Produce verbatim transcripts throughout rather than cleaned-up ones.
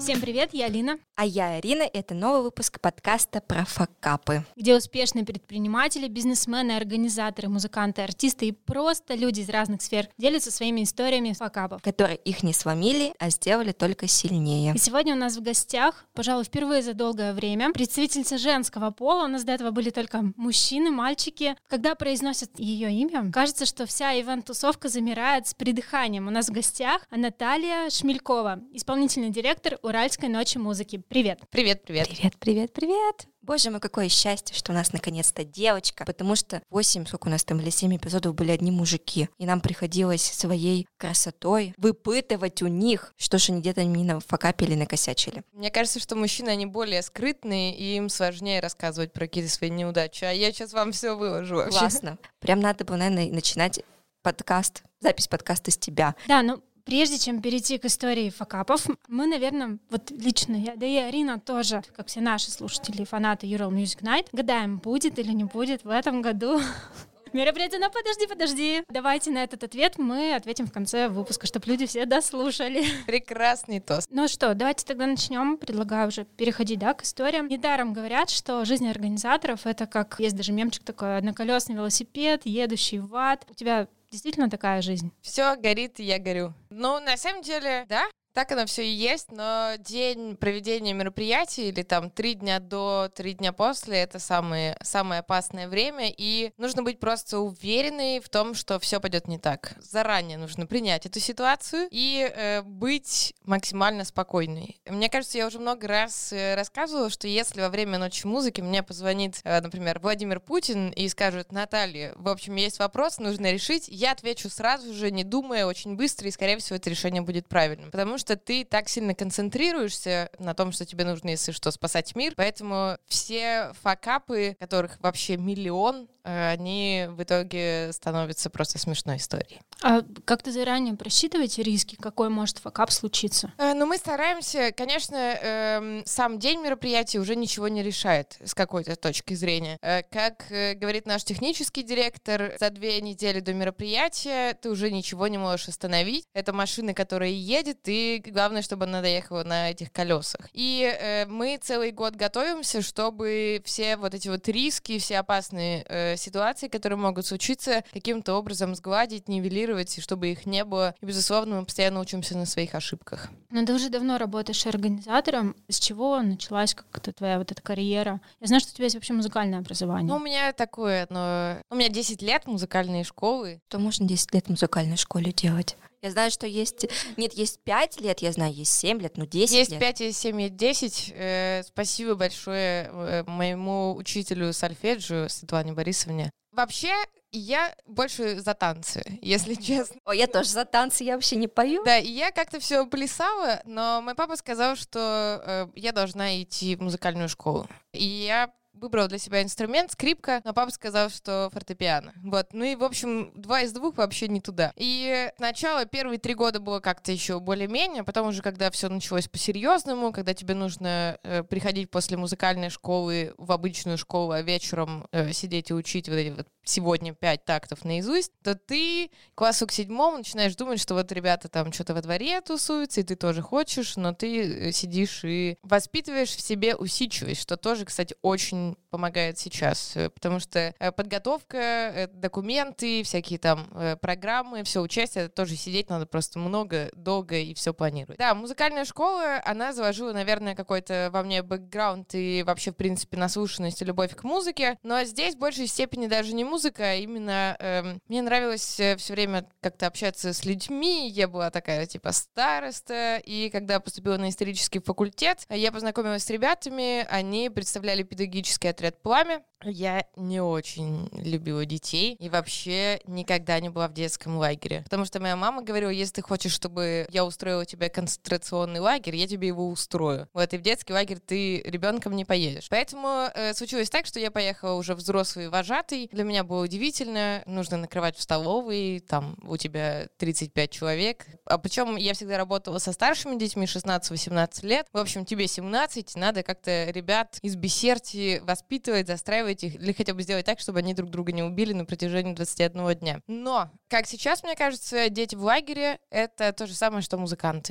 Всем привет, я Алина. А я Арина, это новый выпуск подкаста про факапы. Где успешные предприниматели, бизнесмены, организаторы, музыканты, артисты и просто люди из разных сфер делятся своими историями факапов, которые их не сломили, а сделали только сильнее. И сегодня у нас в гостях, пожалуй, впервые за долгое время, представительница женского пола. У нас до этого были только мужчины, мальчики. Когда произносят ее имя, кажется, что вся ивент-тусовка замирает с придыханием. У нас в гостях Наталья Шмелькова, исполнительный директор Уральской ночи музыки. Привет. Привет, привет. Привет, привет, привет. Боже мой, какое счастье, что у нас наконец-то девочка, потому что восемь, сколько у нас там, или семь эпизодов были одни мужики, и нам приходилось своей красотой выпытывать у них, что же они где-то именно факапили, накосячили. Мне кажется, что мужчины, они более скрытные, и им сложнее рассказывать про какие-то свои неудачи, а я сейчас вам все выложу вообще. Классно. Прям надо было, наверное, начинать подкаст, запись подкаста с тебя. Да, ну прежде чем перейти к истории факапов, мы, наверное, вот лично я, да и Арина тоже, как все наши слушатели, фанаты Ural Music Night, гадаем, будет или не будет в этом году мероприятие. Но подожди, подожди. Давайте на этот ответ мы ответим в конце выпуска, чтобы люди все дослушали. Прекрасный тост. Ну что, давайте тогда начнем. Предлагаю уже переходить, да, к историям. Недаром говорят, что жизнь организаторов — это как, есть даже мемчик такой, одноколесный велосипед, едущий в ад. У тебя действительно такая жизнь? Все горит, и я горю. Ну, на самом деле, да, так оно все и есть, но день проведения мероприятий или там три дня до, три дня после — это самое, самое опасное время, и нужно быть просто уверенной в том, что все пойдет не так. Заранее нужно принять эту ситуацию и э, быть максимально спокойной. Мне кажется, я уже много раз э, рассказывала, что если во время ночи музыки мне позвонит, э, например, Владимир Путин и скажет: Наталья, в общем, есть вопрос, нужно решить, я отвечу сразу же, не думая, очень быстро, и, скорее всего, это решение будет правильным. Потому что что ты так сильно концентрируешься на том, что тебе нужно, если что, спасать мир. Поэтому все факапы, которых вообще миллион, они в итоге становятся просто смешной историей. А как ты заранее просчитываете риски? Какой может факап случиться? Э, ну, мы стараемся, конечно, э, сам день мероприятия уже ничего не решает с какой-то точки зрения. Э, как э, говорит наш технический директор, за две недели до мероприятия ты уже ничего не можешь остановить. Это машина, которая едет, и главное, чтобы она доехала на этих колесах. И э, мы целый год готовимся, чтобы все вот эти вот риски, все опасные э, ситуации, которые могут случиться, каким-то образом сгладить, нивелировать, и чтобы их не было. И, безусловно, мы постоянно учимся на своих ошибках. Но ты уже давно работаешь организатором. С чего началась как-то твоя вот эта карьера? Я знаю, что у тебя есть вообще музыкальное образование. Ну, у меня такое, но... У меня десять лет музыкальной школы. Что можно десять лет в музыкальной школе делать? Я знаю, что есть... Нет, есть пять лет, я знаю, есть семь лет, ну десять есть лет. Есть пять, есть семь, есть десять. Э, спасибо большое э, моему учителю сольфеджио Светлане Борисовне. Вообще, я больше за танцы, если честно. О, я тоже за танцы, я вообще не пою. Да, и я как-то все плясала, но мой папа сказал, что э, я должна идти в музыкальную школу. И я выбрала для себя инструмент, скрипка, но папа сказал, что фортепиано. Вот. Ну и, в общем, два из двух вообще не туда. И сначала первые три года было как-то еще более-менее, потом уже, когда все началось по-серьезному, когда тебе нужно э, приходить после музыкальной школы в обычную школу, а вечером э, сидеть и учить вот эти вот сегодня пять тактов наизусть, то ты к классу к седьмому начинаешь думать, что вот ребята там что-то во дворе тусуются, и ты тоже хочешь, но ты сидишь и воспитываешь в себе усидчивость, что тоже, кстати, очень помогает сейчас, потому что подготовка, документы, всякие там программы, все участие, это тоже сидеть надо просто много, долго и все планировать. Да, музыкальная школа, она заложила, наверное, какой-то во мне бэкграунд и вообще, в принципе, наслушанность и любовь к музыке, но здесь в большей степени даже не музыка, а именно э, мне нравилось все время как-то общаться с людьми, я была такая, типа, староста, и когда поступила на исторический факультет, я познакомилась с ребятами, они представляли педагогический отряд «Пламя». Я не очень любила детей и вообще никогда не была в детском лагере. Потому что моя мама говорила: если ты хочешь, чтобы я устроила тебе концентрационный лагерь, я тебе его устрою. Вот, и в детский лагерь ты ребенком не поедешь. Поэтому э, случилось так, что я поехала уже взрослый вожатый. Для меня было удивительно. Нужно накрывать в столовой, там у тебя тридцать пять человек. А причем я всегда работала со старшими детьми, шестнадцать-восемнадцать лет. В общем, тебе семнадцать, надо как-то ребят из Бессерти воспитывать, застраивать их, или хотя бы сделать так, чтобы они друг друга не убили на протяжении двадцати одного дня. Но, как сейчас, мне кажется, дети в лагере — это то же самое, что музыканты.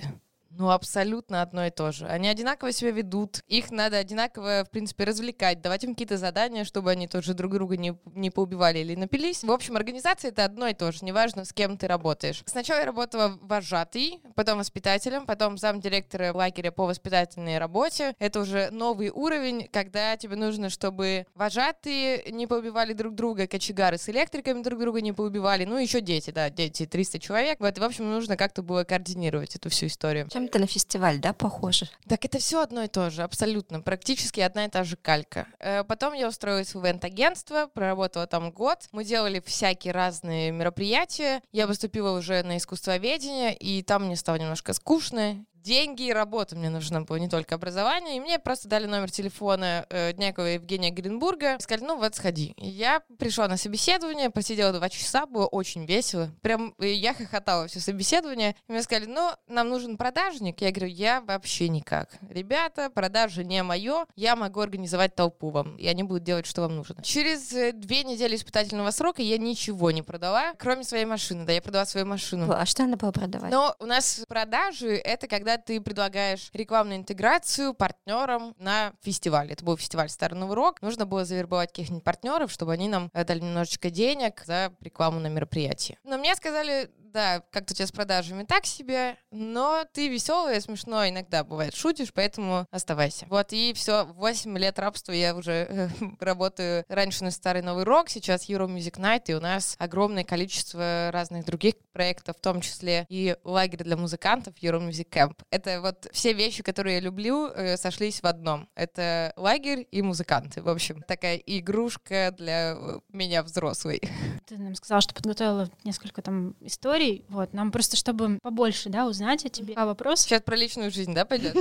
Ну, абсолютно одно и то же. Они одинаково себя ведут, их надо одинаково, в принципе, развлекать, давать им какие-то задания, чтобы они тоже друг друга не, не поубивали или напились. В общем, организация — это одно и то же, неважно, с кем ты работаешь. Сначала я работала вожатой, потом воспитателем, потом замдиректора лагеря по воспитательной работе. Это уже новый уровень, когда тебе нужно, чтобы вожатые не поубивали друг друга, кочегары с электриками друг друга не поубивали, ну, еще дети, да, дети, триста человек. Вот, и, в общем, нужно как-то было координировать эту всю историю. Чем-то на фестиваль, да, похоже? Так это все одно и то же, абсолютно. Практически одна и та же калька. Потом я устроилась в ивент-агентство, проработала там год. Мы делали всякие разные мероприятия. Я поступила уже на искусствоведение, и там мне стало немножко скучно. Деньги и работа мне нужна была, не только образование. И мне просто дали номер телефона э, Днякова Евгения Гринбурга. Сказали, ну вот, сходи. И я пришла на собеседование, посидела два часа, было очень весело. Прям э, я хохотала все собеседование. И мне сказали, ну, нам нужен продажник. Я говорю, я вообще никак. Ребята, продажа не мое. Я могу организовать толпу вам. И они будут делать, что вам нужно. Через э, две недели испытательного срока я ничего не продала, кроме своей машины. Да, я продала свою машину. А что надо было продавать? Но у нас продажи — это когда ты предлагаешь рекламную интеграцию партнерам на фестивале. Это был фестиваль «Старый Новый Рок». Нужно было завербовать каких-нибудь партнеров, чтобы они нам дали немножечко денег за рекламу на мероприятии. Но мне сказали, да, как-то у тебя с продажами так себе, но ты веселая, смешно иногда бывает, шутишь, поэтому оставайся. Вот, и все, восемь лет рабства я уже э, работаю раньше на «Старый Новый Рок», сейчас Euro Music Night, и у нас огромное количество разных других проектов, в том числе и лагерь для музыкантов Euro Music Camp. Это вот все вещи, которые я люблю, э, сошлись в одном. Это лагерь и музыканты. В общем, такая игрушка для меня взрослой. Ты нам сказала, что подготовила несколько там историй. Вот, нам просто, чтобы побольше, да, узнать о тебе. А вопрос? Сейчас про личную жизнь, да, пойдет?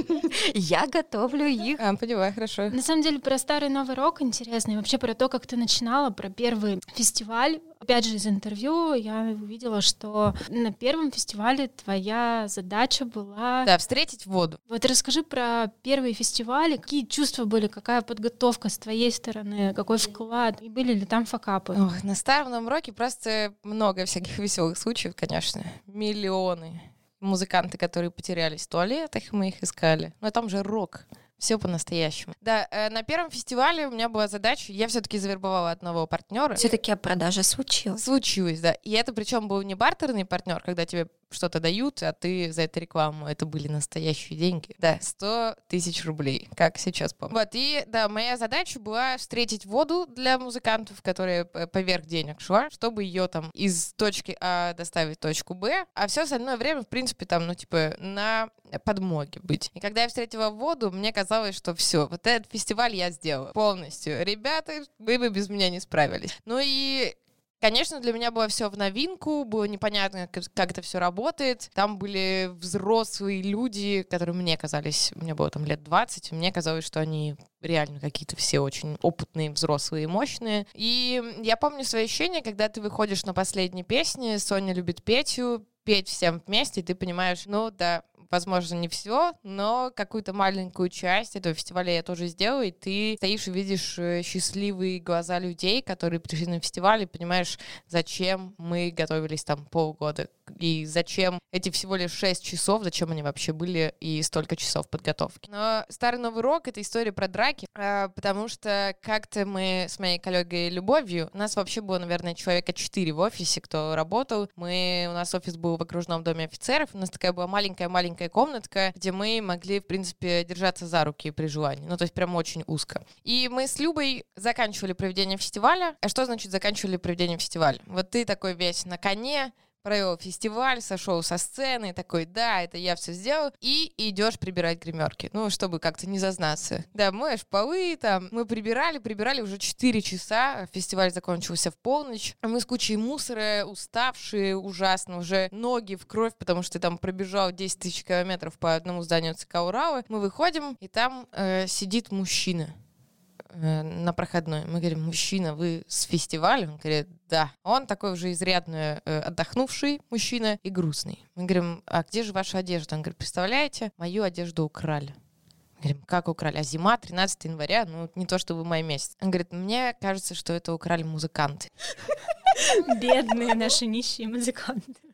Я готовлю их. А, поняла, хорошо. На самом деле про «Старый Новый Рок» интересно. И вообще про то, как ты начинала, про первый фестиваль. Опять же, из интервью я увидела, что на первом фестивале твоя задача была... Да, встретить воду. Вот расскажи про первые фестивали. Какие чувства были, какая подготовка с твоей стороны, какой вклад, и были ли там факапы? Ох, на «Старом Новом Роке» просто много всяких веселых случаев, конечно. Миллионы. Музыканты, которые потерялись в туалетах, мы их искали. Но там же рок. Все по-настоящему. Да, э, на первом фестивале у меня была задача, я все-таки завербовала одного партнера. Все-таки продажа случилась. Случилось, да. И это причем был не бартерный партнер, когда тебе что-то дают, а ты за это рекламу. Это были настоящие деньги. Да, сто тысяч рублей, как сейчас помню. Вот, и да, моя задача была встретить воду для музыкантов, которая поверх денег шла, чтобы ее там из точки А доставить в точку Б, а все остальное время, в принципе, там, ну, типа, на подмоге быть. И когда я встретила воду, мне казалось, что все, вот этот фестиваль я сделала полностью. Ребята, вы бы без меня не справились. Ну и конечно, для меня было все в новинку, было непонятно, как, как это все работает. Там были взрослые люди, которые мне казались, мне было там лет двадцать, мне казалось, что они реально какие-то все очень опытные, взрослые и мощные. И я помню свои ощущения, когда ты выходишь на последней песне, Соня любит Петю, петь всем вместе, и ты понимаешь, ну да, возможно, не все, но какую-то маленькую часть этого фестиваля я тоже сделала, и ты стоишь и видишь счастливые глаза людей, которые пришли на фестиваль, и понимаешь, зачем мы готовились там полгода, и зачем эти всего лишь шесть часов, зачем они вообще были, и столько часов подготовки. Но «Старый Новый Рок» — это история про драки, потому что как-то мы с моей коллегой Любовью, у нас вообще было, наверное, человека четыре в офисе, кто работал, мы, у нас офис был в окружном доме офицеров, у нас такая была маленькая-маленькая комнатка, где мы могли, в принципе, держаться за руки при желании, ну, то есть прям очень узко. И мы с Любой заканчивали проведение фестиваля. А что значит заканчивали проведение фестиваля? Вот ты такой весь на коне, провел фестиваль, сошел со сцены, такой, да, это я все сделал, и идешь прибирать гримерки, ну, чтобы как-то не зазнаться. Да, моешь полы, там, мы прибирали, прибирали уже четыре часа, фестиваль закончился в полночь, мы с кучей мусора, уставшие ужасно, уже ноги в кровь, потому что ты там пробежал десять тысяч километров по одному зданию ЦК Урала, мы выходим, и там э, сидит мужчина на проходной. Мы говорим, мужчина, вы с фестиваля? Он говорит, да. Он такой уже изрядно э, отдохнувший мужчина и грустный. Мы говорим, а где же ваша одежда? Он говорит, представляете, мою одежду украли. Мы говорим, как украли? А зима, тринадцатого января, ну не то чтобы май месяц. Он говорит, мне кажется, что это украли музыканты. Бедные наши нищие музыканты.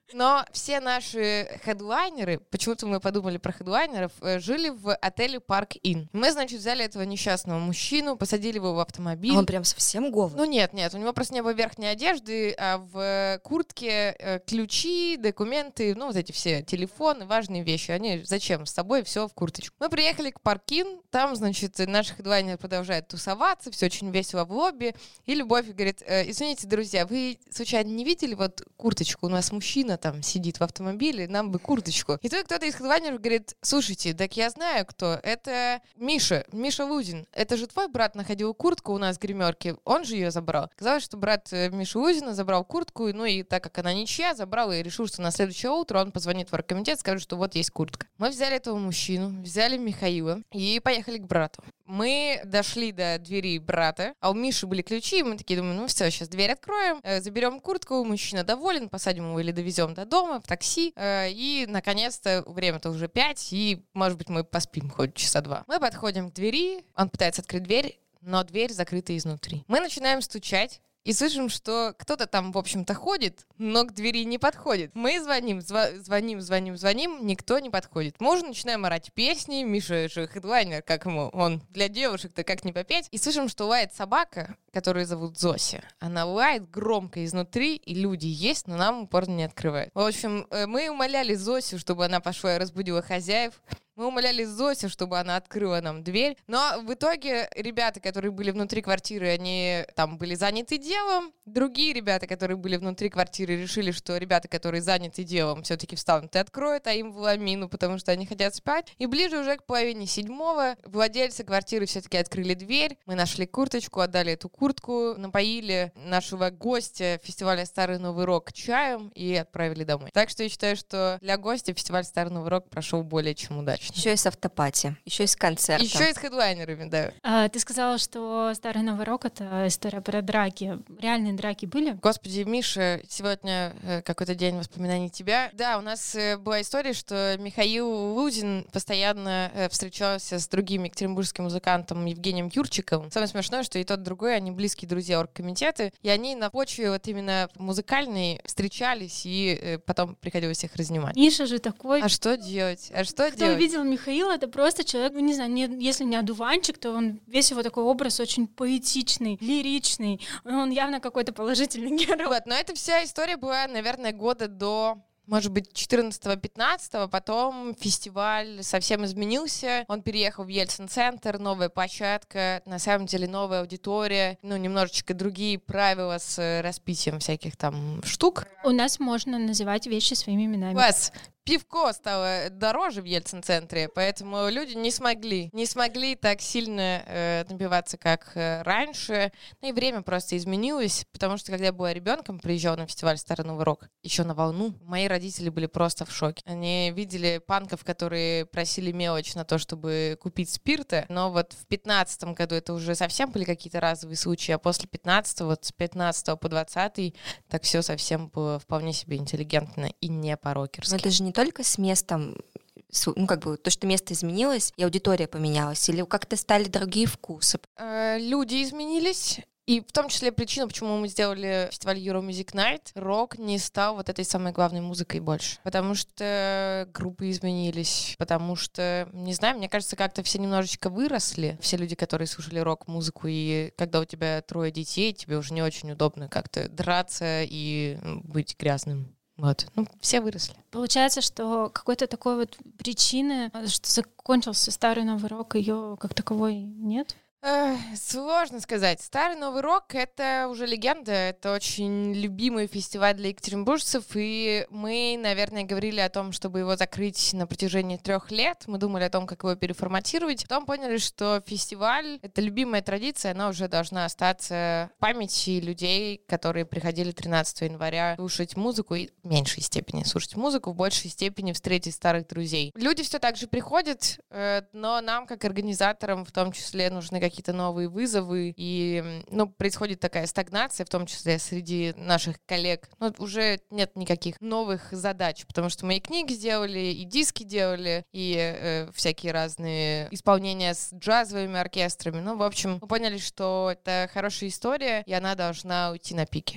Но все наши хедлайнеры, почему-то мы подумали про хедлайнеров, жили в отеле Park Inn. Мы, значит, взяли этого несчастного мужчину, посадили его в автомобиль. А он прям совсем голый? Ну нет, нет, у него просто не было верхней одежды, а в куртке ключи, документы, ну вот эти все телефоны, важные вещи. Они зачем? С собой все в курточку. Мы приехали к Park Inn, там, значит, наш хедлайнер продолжает тусоваться, все очень весело в лобби. И Любовь говорит: извините, друзья, вы случайно не видели вот курточку? У нас мужчина там сидит в автомобиле, нам бы курточку. И тут кто-то из хедлайнеров говорит: слушайте, так я знаю, кто. Это Миша, Миша Лузин. Это же твой брат находил куртку у нас в гримерке, он же ее забрал. Казалось, что брат Миши Лузина забрал куртку, ну и так как она ничья, забрал и решил, что на следующее утро он позвонит в оргкомитет, скажет, что вот есть куртка. Мы взяли этого мужчину, взяли Михаила и поехали к брату. Мы дошли до двери брата, а у Миши были ключи, и мы такие думаем, ну все, сейчас дверь откроем, э, заберем куртку, мужчина доволен, посадим его или довезем до дома в такси, э, и, наконец-то, время-то уже пять, и, может быть, мы поспим хоть часа два. Мы подходим к двери, он пытается открыть дверь, но дверь закрыта изнутри. Мы начинаем стучать, и слышим, что кто-то там, в общем-то, ходит, но к двери не подходит. Мы звоним, зв- звоним, звоним, звоним, никто не подходит. Мы уже начинаем орать песни, Миша же хедлайнер, как ему, он для девушек-то как не попеть. И слышим, что лает собака, которую зовут Зося. Она лает громко изнутри, и люди есть, но нам упорно не открывают. В общем, мы умоляли Зосю, чтобы она пошла и разбудила хозяев. Мы умоляли Зосю, чтобы она открыла нам дверь. Но в итоге ребята, которые были внутри квартиры, они там были заняты делом. Другие ребята, которые были внутри квартиры, решили, что ребята, которые заняты делом, все-таки встанут и откроют, а им в ламину, потому что они хотят спать. И ближе уже к половине седьмого владельцы квартиры все-таки открыли дверь. Мы нашли курточку, отдали эту куртку, напоили нашего гостя фестиваля «Старый Новый Рок» чаем и отправили домой. Так что я считаю, что для гостя фестиваль «Старый Новый Рок» прошел более чем удачно. Еще и с автопати, еще и с концертом. Еще и с хедлайнерами, да. А, ты сказала, что «Старый Новый Рок» — это история про драки. Реальные драки были? Господи, Миша, сегодня э, какой-то день воспоминаний тебя. Да, у нас э, была история, что Михаил Лузин постоянно э, встречался с другим екатеринбургским музыкантом Евгением Юрчиковым. Самое смешное, что и тот, и другой, они близкие друзья оргкомитета, и они на почве вот именно музыкальной встречались, и э, потом приходилось их разнимать. Миша же такой... А что делать? А что Кто делать? увидел Михаила, это просто человек, ну не знаю, не, если не одуванчик, то он весь его такой образ очень поэтичный, лиричный. Он явно какой-то положительный герой. Вот, но эта вся история была, наверное, года до... может быть, четырнадцатого-пятнадцатого, потом фестиваль совсем изменился, он переехал в Ельцин-центр, новая площадка, на самом деле новая аудитория, ну, немножечко другие правила с распитием всяких там штук. У нас можно называть вещи своими именами. Класс! Пивко стало дороже в Ельцин-центре, поэтому люди не смогли, не смогли так сильно э, напиваться, как э, раньше. Ну и время просто изменилось, потому что когда я была ребенком, приезжала на фестиваль «Старый Новый Рок», еще на волну, мои родители были просто в шоке. Они видели панков, которые просили мелочь на то, чтобы купить спирта, но вот в пятнадцатом году это уже совсем были какие-то разовые случаи, а после пятнадцатого, вот с пятнадцатого по двадцатый, так все совсем было вполне себе интеллигентно и не по-рокерски. Но это же не только с местом, ну, как бы, то, что место изменилось, и аудитория поменялась, или как-то стали другие вкусы? Э, люди изменились, и в том числе причина, почему мы сделали фестиваль Euro Music Night, рок не стал вот этой самой главной музыкой больше. Потому что группы изменились, потому что, не знаю, мне кажется, как-то все немножечко выросли, все люди, которые слушали рок-музыку, и когда у тебя трое детей, тебе уже не очень удобно как-то драться и быть грязным. Вот. Ну, все выросли. Получается, что какой-то такой вот причины, что закончился «Старый Новый Рок», ее как таковой нет? Эх, сложно сказать. «Старый Новый Рок» — это уже легенда, это очень любимый фестиваль для екатеринбуржцев, и мы, наверное, говорили о том, чтобы его закрыть на протяжении трех лет. Мы думали о том, как его переформатировать. Потом поняли, что фестиваль — это любимая традиция, она уже должна остаться в памяти людей, которые приходили тринадцатого января слушать музыку, и в меньшей степени слушать музыку, в большей степени встретить старых друзей. Люди все так же приходят, но нам, как организаторам, в том числе, нужны какие-то какие-то новые вызовы, и, ну, происходит такая стагнация, в том числе среди наших коллег. Ну, уже нет никаких новых задач, потому что мы и книги сделали, и диски делали, и э, всякие разные исполнения с джазовыми оркестрами. Ну, в общем, мы поняли, что это хорошая история, и она должна уйти на пике.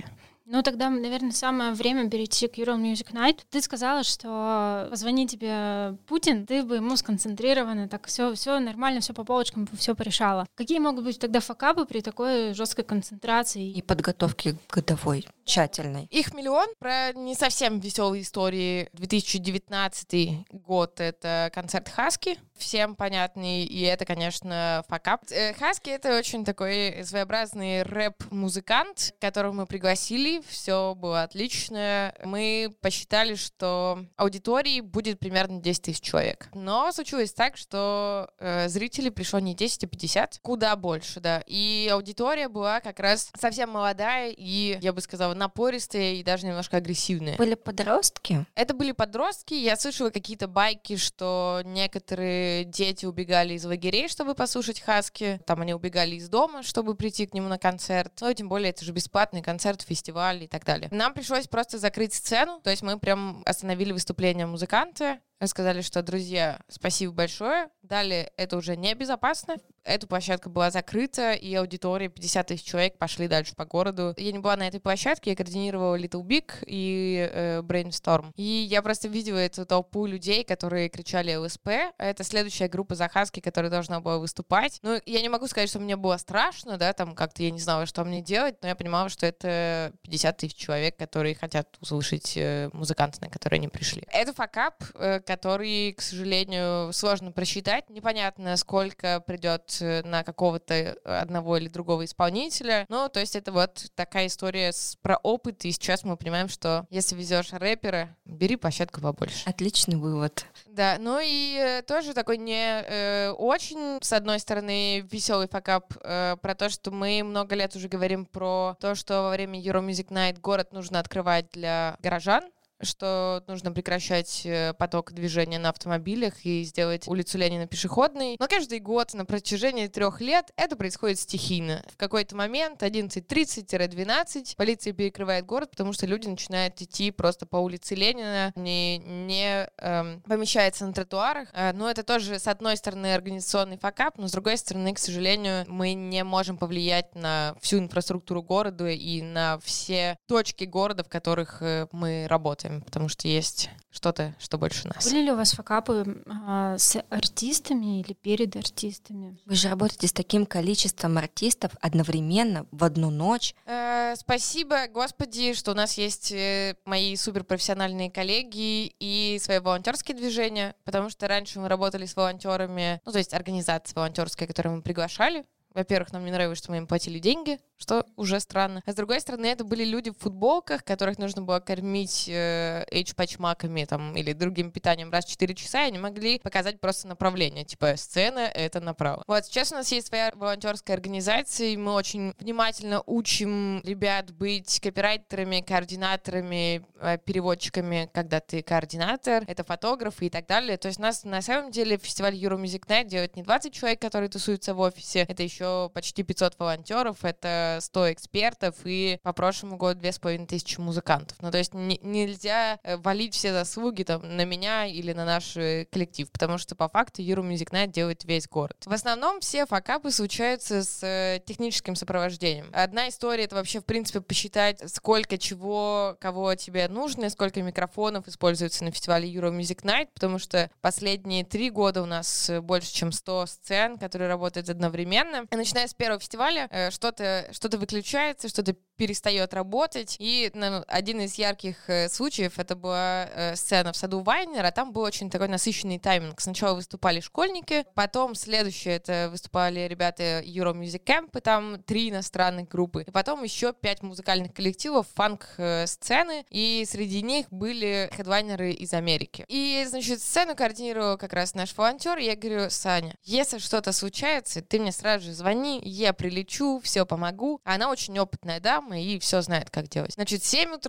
Ну, тогда, наверное, самое время перейти к Euro Music Night. Ты сказала, что позвони тебе Путин, ты бы ему сконцентрированно, так все, все нормально, все по полочкам, все порешала. Какие могут быть тогда факапы при такой жесткой концентрации? И подготовке годовой, тщательной. Их миллион. Про не совсем веселые истории. две тысячи девятнадцатый год — это концерт Хаски. Всем понятный, и это, конечно, факап. Хаски — это очень такой своеобразный рэп-музыкант, которого мы пригласили, все было отлично. Мы посчитали, что аудитории будет примерно десять тысяч человек. Но случилось так, что э, зрителей пришло не десять, а пятьдесят, куда больше, да. И аудитория была как раз совсем молодая и, я бы сказала, напористая и даже немножко агрессивная. Были подростки? Это были подростки. Я слышала какие-то байки, что некоторые дети убегали из лагерей, чтобы послушать Хаски. Там они убегали из дома, чтобы прийти к нему на концерт. Ну, и тем более, это же бесплатный концерт, фестиваль и так далее. Нам пришлось просто закрыть сцену. То есть мы прям остановили выступление музыканта. Сказали, что, друзья, спасибо большое. Далее это уже небезопасно. Эта площадка была закрыта, и аудитория пятьдесят тысяч человек пошли дальше по городу. Я не была на этой площадке, я координировала Little Big и э, Brainstorm. И я просто видела эту толпу людей, которые кричали ЛСП. Это следующая группа за Хаски, которая должна была выступать. Ну, я не могу сказать, что мне было страшно, да, там как-то я не знала, что мне делать, но я понимала, что это пятьдесят тысяч человек, которые хотят услышать э, музыканта, на которые они пришли. Это факап, э, который, к сожалению, сложно просчитать. Непонятно, сколько придет на какого-то одного или другого исполнителя. Ну, то есть это вот такая история с, про опыт, и сейчас мы понимаем, что если везешь рэпера, бери площадку побольше. Отличный вывод. Да, ну и э, тоже такой не э, очень, с одной стороны, веселый факап э, про то, что мы много лет уже говорим про то, что во время Euro Music Night город нужно открывать для горожан, что нужно прекращать поток движения на автомобилях и сделать улицу Ленина пешеходной. Но каждый год на протяжении трех лет это происходит стихийно. В какой-то момент одиннадцать тридцать - двенадцать полиция перекрывает город, потому что люди начинают идти просто по улице Ленина, не, не эм, помещаются на тротуарах. Э, но это тоже, с одной стороны, организационный факап, но с другой стороны, к сожалению, мы не можем повлиять на всю инфраструктуру города и на все точки города, в которых э, мы работаем, потому что есть что-то, что больше нас. Были ли у вас факапы а, с артистами или перед артистами? Вы же работаете с таким количеством артистов одновременно в одну ночь. Э, спасибо, Господи, что у нас есть э, мои суперпрофессиональные коллеги и свои волонтерские движения, потому что раньше мы работали с волонтерами, ну, то есть организация волонтерская, которую мы приглашали. Во-первых, нам не нравилось, что мы им платили деньги, что уже странно. А с другой стороны, это были люди в футболках, которых нужно было кормить э, эйч-пачмаками там, или другим питанием раз в четыре часа, и они могли показать просто направление. Типа, сцена — это направо. Вот, сейчас у нас есть своя волонтерская организация, и мы очень внимательно учим ребят быть копирайтерами, координаторами, э, переводчиками, когда ты координатор, это фотографы и так далее. То есть у нас на самом деле фестиваль Euro Music Night делает не двадцать человек, которые тусуются в офисе, это еще почти пятьсот волонтеров, это сто экспертов и по прошлому году две с половиной тысячи музыкантов. Ну, то есть не, нельзя валить все заслуги там на меня или на наш коллектив, потому что по факту Euro Music Night делает весь город. В основном все факапы случаются с техническим сопровождением. Одна история — это вообще, в принципе, посчитать, сколько чего, кого тебе нужно, сколько микрофонов используется на фестивале Euro Music Night, потому что последние три года у нас больше, чем сто сцен, которые работают одновременно. И начиная с первого фестиваля э, что-то, что-то выключается, что-то перестает работать. И ну, один из ярких э, случаев — это была э, сцена в саду Вайнера. Там был очень такой насыщенный тайминг. Сначала выступали школьники, потом следующее — это выступали ребята Euro Music Camp, и там три иностранных группы. И потом еще пять музыкальных коллективов, фанк-сцены, и среди них были хедлайнеры из Америки. И, значит, сцену координировал как раз наш волонтер. Я говорю: Саня, если что-то случается, ты мне сразу же звони, я прилечу, все помогу. Она очень опытная дама и все знает, как делать. Значит, семь утра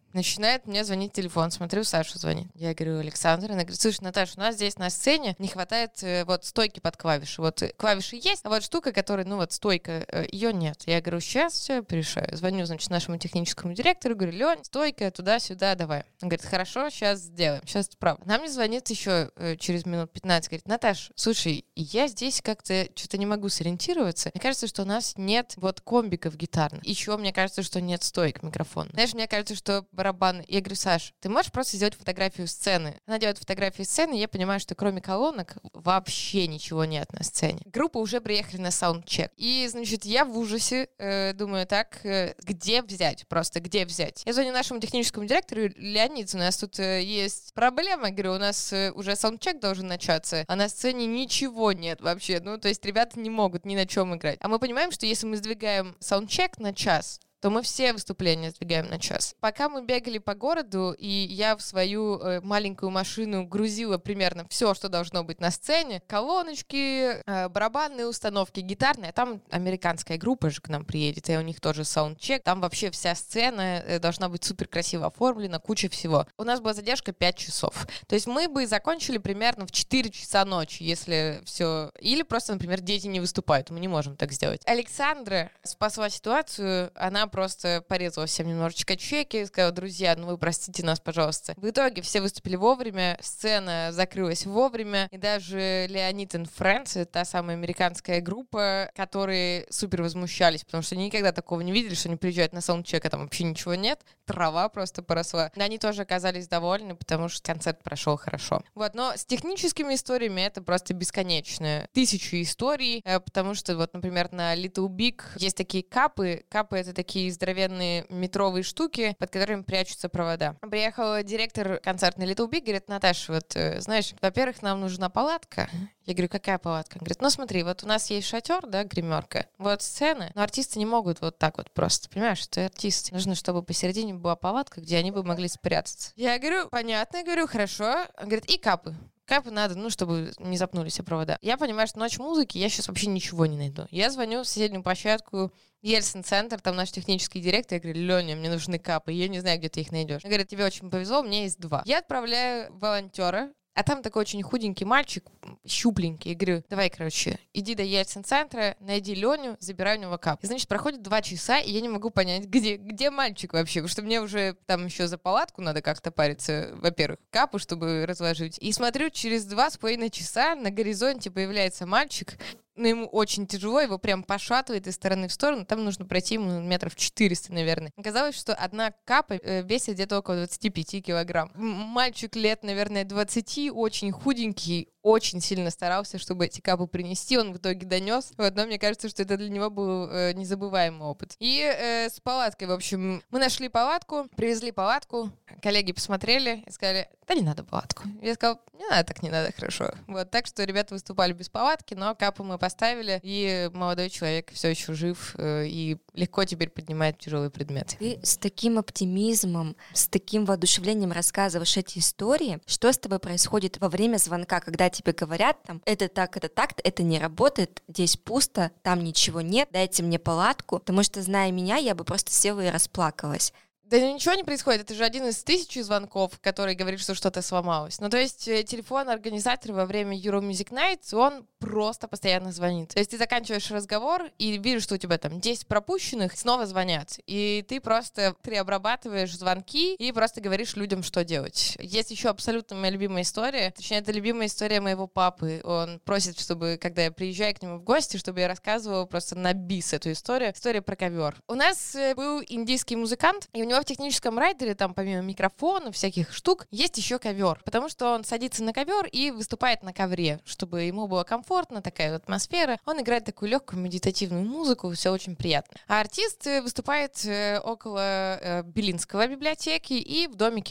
Начинает мне звонить телефон, смотрю, Саша звонит. Я говорю, Александр, она говорит, слушай, Наташа, у нас здесь на сцене не хватает э, вот стойки под клавиши. Вот э, клавиши есть, а вот штука, которая, ну вот стойка, э, ее нет. Я говорю, сейчас все порешаю. Звоню, значит, нашему техническому директору, говорю, Лень, стойка, туда-сюда, давай. Он говорит, хорошо, сейчас сделаем, сейчас правда. Она мне звонит еще э, через минут пятнадцать, говорит, Наташ, слушай, я здесь как-то что-то не могу сориентироваться. Мне кажется, что у нас нет вот комбиков гитарных. Еще мне кажется, что нет стоек микрофона. Знаешь, мне кажется, что барабаны. Я говорю, Саш, ты можешь просто сделать фотографию сцены? Она делает фотографию сцены, и я понимаю, что кроме колонок вообще ничего нет на сцене. Группа уже приехали на саундчек. И, значит, я в ужасе э, думаю, так, э, где взять? Просто где взять? Я звоню нашему техническому директору, Леонид, у нас тут э, есть проблема. Говорю, у нас э, уже саундчек должен начаться, а на сцене ничего нет вообще. Ну, то есть ребята не могут ни на чем играть. А мы понимаем, что если мы сдвигаем саундчек на час, то мы все выступления сдвигаем на час. Пока мы бегали по городу, и я в свою э, маленькую машину грузила примерно все, что должно быть на сцене, колоночки, э, барабанные установки, гитарные, а там американская группа же к нам приедет, и у них тоже саундчек, там вообще вся сцена э, должна быть супер красиво оформлена, куча всего. У нас была задержка пять часов. То есть мы бы закончили примерно в четыре часа ночи, если все... Или просто, например, дети не выступают, мы не можем так сделать. Александра спасла ситуацию, она просто порезала всем немножечко чеки, сказала, друзья, ну вы простите нас, пожалуйста. В итоге все выступили вовремя, сцена закрылась вовремя, и даже Леонид and Friends, та самая американская группа, которые супер возмущались, потому что они никогда такого не видели, что они приезжают на саундчек, а там вообще ничего нет, трава просто поросла. Но они тоже оказались довольны, потому что концерт прошел хорошо. Вот, но с техническими историями это просто бесконечно. Тысячи историй, потому что вот, например, на Little Big есть такие капы, капы — это такие здоровенные метровые штуки, под которыми прячутся провода. Приехал директор концертной Little Big, говорит, Наташа, вот, знаешь, во-первых, нам нужна палатка. Я говорю, какая палатка? Он говорит, ну смотри, вот у нас есть шатер, да, гримерка, вот сцена, но артисты не могут вот так вот просто, понимаешь, это артисты. Нужно, чтобы посередине была палатка, где они бы могли спрятаться. Я говорю, понятно, говорю, хорошо. Он говорит, и капы. Капы надо, ну, чтобы не запнулись все провода. Я понимаю, что ночь музыки, я сейчас вообще ничего не найду. Я звоню в соседнюю площадку, Ельцин-центр, там наш технический директор, я говорю, Леня, мне нужны капы, я не знаю, где ты их найдешь. Он говорит, тебе очень повезло, у меня есть два. Я отправляю волонтера, а там такой очень худенький мальчик, щупленький. Я говорю, давай, короче, иди до Ельцин-центра, найди Леню, забирай у него кап. И, значит, проходит два часа, и я не могу понять, где, где мальчик вообще, потому что мне уже там еще за палатку надо как-то париться, во-первых, капу, чтобы разложить. И смотрю, через два с половиной часа на горизонте появляется мальчик, но ему очень тяжело, его прям пошатывает из стороны в сторону, там нужно пройти ему метров четыреста, наверное. Оказалось, что одна капа весит где-то около двадцать пять килограмм. Мальчик лет, наверное, двадцати, очень худенький, очень сильно старался, чтобы эти капы принести, он в итоге донес. Вот, но мне кажется, что это для него был э, незабываемый опыт. И э, с палаткой, в общем, мы нашли палатку, привезли палатку, коллеги посмотрели и сказали, да не надо палатку. Я сказала, не надо, так не надо, хорошо. Вот, так что ребята выступали без палатки, но капы мы поставили, и молодой человек все еще жив э, и легко теперь поднимает тяжелые предметы. Ты с таким оптимизмом, с таким воодушевлением рассказываешь эти истории. Что с тобой происходит во время звонка, когда тебе говорят, там, это так, это так, это не работает, здесь пусто, там ничего нет, дайте мне палатку, потому что, зная меня, я бы просто села и расплакалась. Да ничего не происходит, это же один из тысячи звонков, который говорит, что что-то сломалось. Ну, то есть телефон организатора во время Euro Music Nights, он просто постоянно звонит. То есть ты заканчиваешь разговор и видишь, что у тебя там десять пропущенных, снова звонят. И ты просто переобрабатываешь звонки и просто говоришь людям, что делать. Есть еще абсолютно моя любимая история, точнее, это любимая история моего папы. Он просит, чтобы, когда я приезжаю к нему в гости, чтобы я рассказывала просто на бис эту историю. История про ковер. У нас был индийский музыкант, и у него в техническом райдере, там помимо микрофонов, всяких штук, есть еще ковер, потому что он садится на ковер и выступает на ковре, чтобы ему было комфортно, такая вот атмосфера. Он играет такую легкую медитативную музыку, все очень приятно. А артист выступает около Белинского библиотеки и в Доме кино.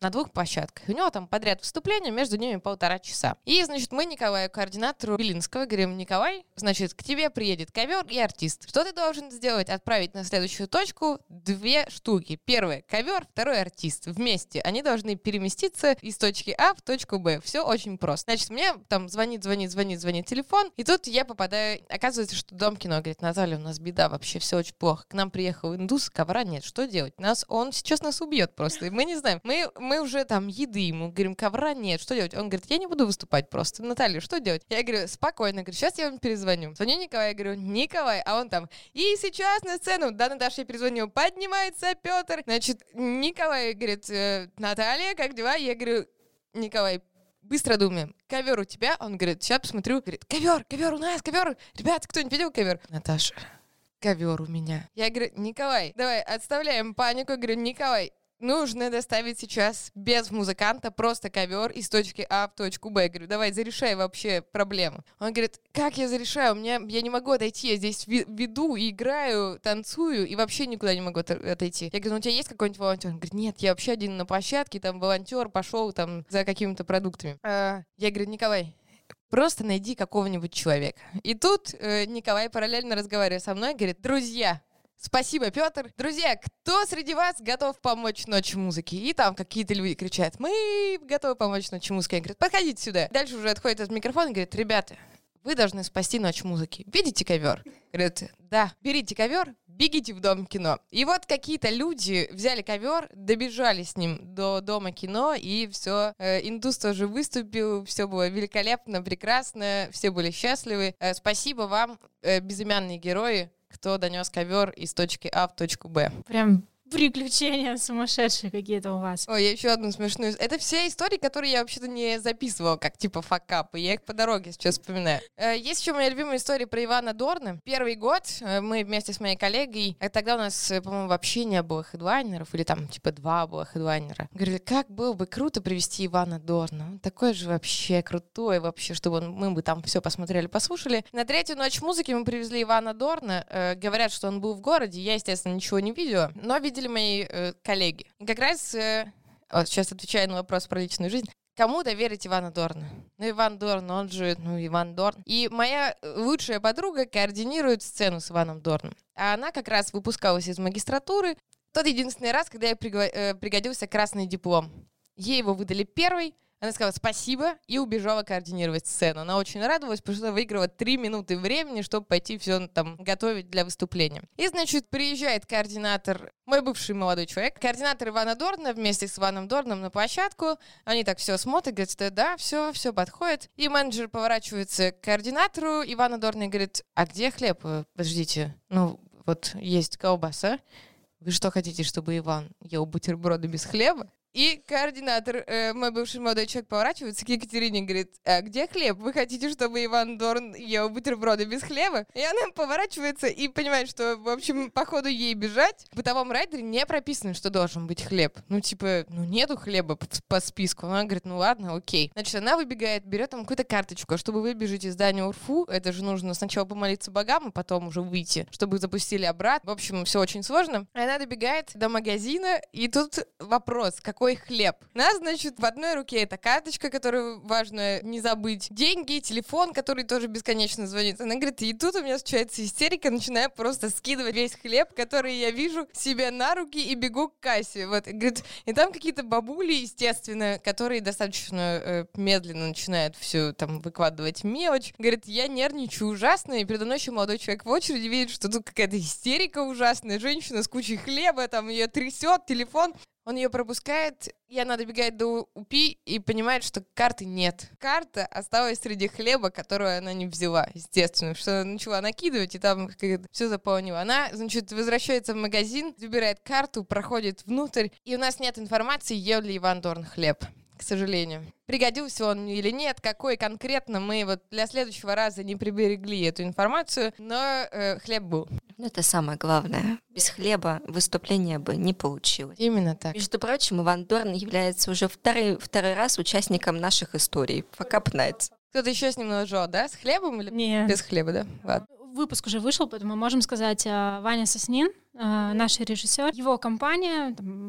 на двух площадках. У него там подряд выступления, между ними полтора часа. И, значит, мы Николаю, координатору Белинского, говорим: Николай, значит, к тебе приедет ковер и артист. Что ты должен сделать? Отправить на следующую точку две штуки. Первое — ковер, второй — артист. Вместе они должны переместиться из точки А в точку Б. Все очень просто. Значит, мне там звонит, звонит, звонит, звонит телефон, и тут я попадаю... Оказывается, что Дом кино говорит: Наталья, у нас беда, вообще все очень плохо. К нам приехал индус, ковра нет, что делать? Нас, он сейчас нас убьет просто, и мы не знаем. Мы, мы уже там еды ему говорим: ковра нет, что делать? Он говорит: я не буду выступать просто. Наталья, что делать? Я говорю: спокойно, говорю, сейчас я вам перезвоню. Звоню Николаю, я говорю: Николай, а он там: и сейчас на сцену, да, Наташа, я перезвоню, поднимается Петр. Значит, Николай говорит: э, Наталья, как дела? Я говорю: Николай, быстро думаем, ковер у тебя? Он говорит: сейчас посмотрю. Говорит: ковер, ковер у нас, ковер. Ребята, кто-нибудь видел ковер? Наташа, ковер у меня. Я говорю: Николай, давай, отставляем панику. Я говорю: Николай, нужно доставить сейчас без музыканта просто ковер из точки А в точку Б. Я говорю: давай, зарешай вообще проблему. Он говорит: как я зарешаю? У меня, я не могу отойти, я здесь веду, играю, танцую и вообще никуда не могу отойти. Я говорю: ну у тебя есть какой-нибудь волонтер? Он говорит: нет, я вообще один на площадке, там волонтер пошел там за какими-то продуктами. А, я говорю: Николай, просто найди какого-нибудь человека. И тут э, Николай параллельно разговаривая со мной говорит: друзья, спасибо, Петр. Друзья, кто среди вас готов помочь Ночи музыки? И там какие-то люди кричат: мы готовы помочь Ночи музыки. Я говорю: подходите сюда. Дальше уже отходит от микрофона и говорит: ребята, вы должны спасти Ночь музыки. Видите ковер? Говорит: да, берите ковер, бегите в Дом кино. И вот какие-то люди взяли ковер, добежали с ним до Дома кино, и все. Э, индус тоже выступил, все было великолепно, прекрасно, все были счастливы. Э, спасибо вам, э, безымянные герои, кто донес ковер из точки А в точку Б. Прям приключения сумасшедшие какие-то у вас. Ой, я еще одну смешную... Это все истории, которые я вообще-то не записывала, как типа факапы. Я их по дороге сейчас вспоминаю. Есть еще моя любимая история про Ивана Дорна. Первый год мы вместе с моей коллегой... Тогда у нас, по-моему, вообще не было хедлайнеров, или там типа два было хедлайнера. Говорили: как было бы круто привести Ивана Дорна. Он такой же вообще крутой вообще, чтобы он, мы бы там все посмотрели, послушали. На третью Ночь музыки мы привезли Ивана Дорна. Э, говорят, что он был в городе. Я, естественно, ничего не видела. Но видели мои э, коллеги. И как раз, э, вот сейчас отвечаю на вопрос про личную жизнь, кому доверить Ивана Дорна? Ну, Иван Дорн, он же, ну, Иван Дорн. И моя лучшая подруга координирует сцену с Иваном Дорном. А она как раз выпускалась из магистратуры. Тот единственный раз, когда ей пригла- э, пригодился красный диплом. Ей его выдали первый. Она сказала спасибо и убежала координировать сцену. Она очень радовалась, потому что выиграла три минуты времени, чтобы пойти все там готовить для выступления. И, значит, приезжает координатор, мой бывший молодой человек, координатор Ивана Дорна вместе с Иваном Дорном на площадку. Они так все смотрят, говорят: да, да, все, все подходит. И менеджер поворачивается к координатору Ивана Дорна и говорит: а где хлеб? Подождите, ну вот есть колбаса. Вы что хотите, чтобы Иван ел бутерброды без хлеба? И координатор, э, мой бывший молодой человек, поворачивается к Екатерине и говорит: а где хлеб? Вы хотите, чтобы Иван Дорн ел бутерброды без хлеба? И она поворачивается и понимает, что, в общем, походу ей бежать. В бытовом райдере не прописано, что должен быть хлеб. Ну, типа, ну, нету хлеба по, по списку. Она говорит: ну, ладно, окей. Значит, она выбегает, берет там какую-то карточку. А чтобы выбежать из здания УРФУ, это же нужно сначала помолиться богам, а потом уже выйти, чтобы запустили обратно. В общем, все очень сложно. И она добегает до магазина, и тут вопрос: какой хлеб? У нас, значит, в одной руке эта карточка, которую важно не забыть, деньги, телефон, который тоже бесконечно звонит. Она говорит: и тут у меня случается истерика, начинаю просто скидывать весь хлеб, который я вижу, себе на руки и бегу к кассе. Вот, и, говорит, и там какие-то бабули, естественно, которые достаточно э, медленно начинают все там выкладывать мелочь. Говорит: я нервничаю ужасно, и передо мной еще молодой человек в очереди видит, что тут какая-то истерика ужасная, женщина с кучей хлеба, там ее трясет, телефон. Он ее пропускает, и она добегает до УПИ и понимает, что карты нет. Карта осталась среди хлеба, которую она не взяла, естественно, что она начала накидывать, и там все заполнила. Она, значит, возвращается в магазин, забирает карту, проходит внутрь, и у нас нет информации, ел ли Иван Дорн хлеб, к сожалению. Пригодился он или нет, какой конкретно, мы вот для следующего раза не приберегли эту информацию, но э, хлеб был. Это самое главное. Без хлеба выступление бы не получилось. Именно так. Между прочим, Иван Дорн является уже второй, второй раз участником наших историй. Fuck Up Nights. Кто-то еще с ним наложил, да? С хлебом или Нет. без хлеба, да? Ладно. Выпуск уже вышел, поэтому можем сказать, Ваня Соснин, наш режиссер, его компания, там,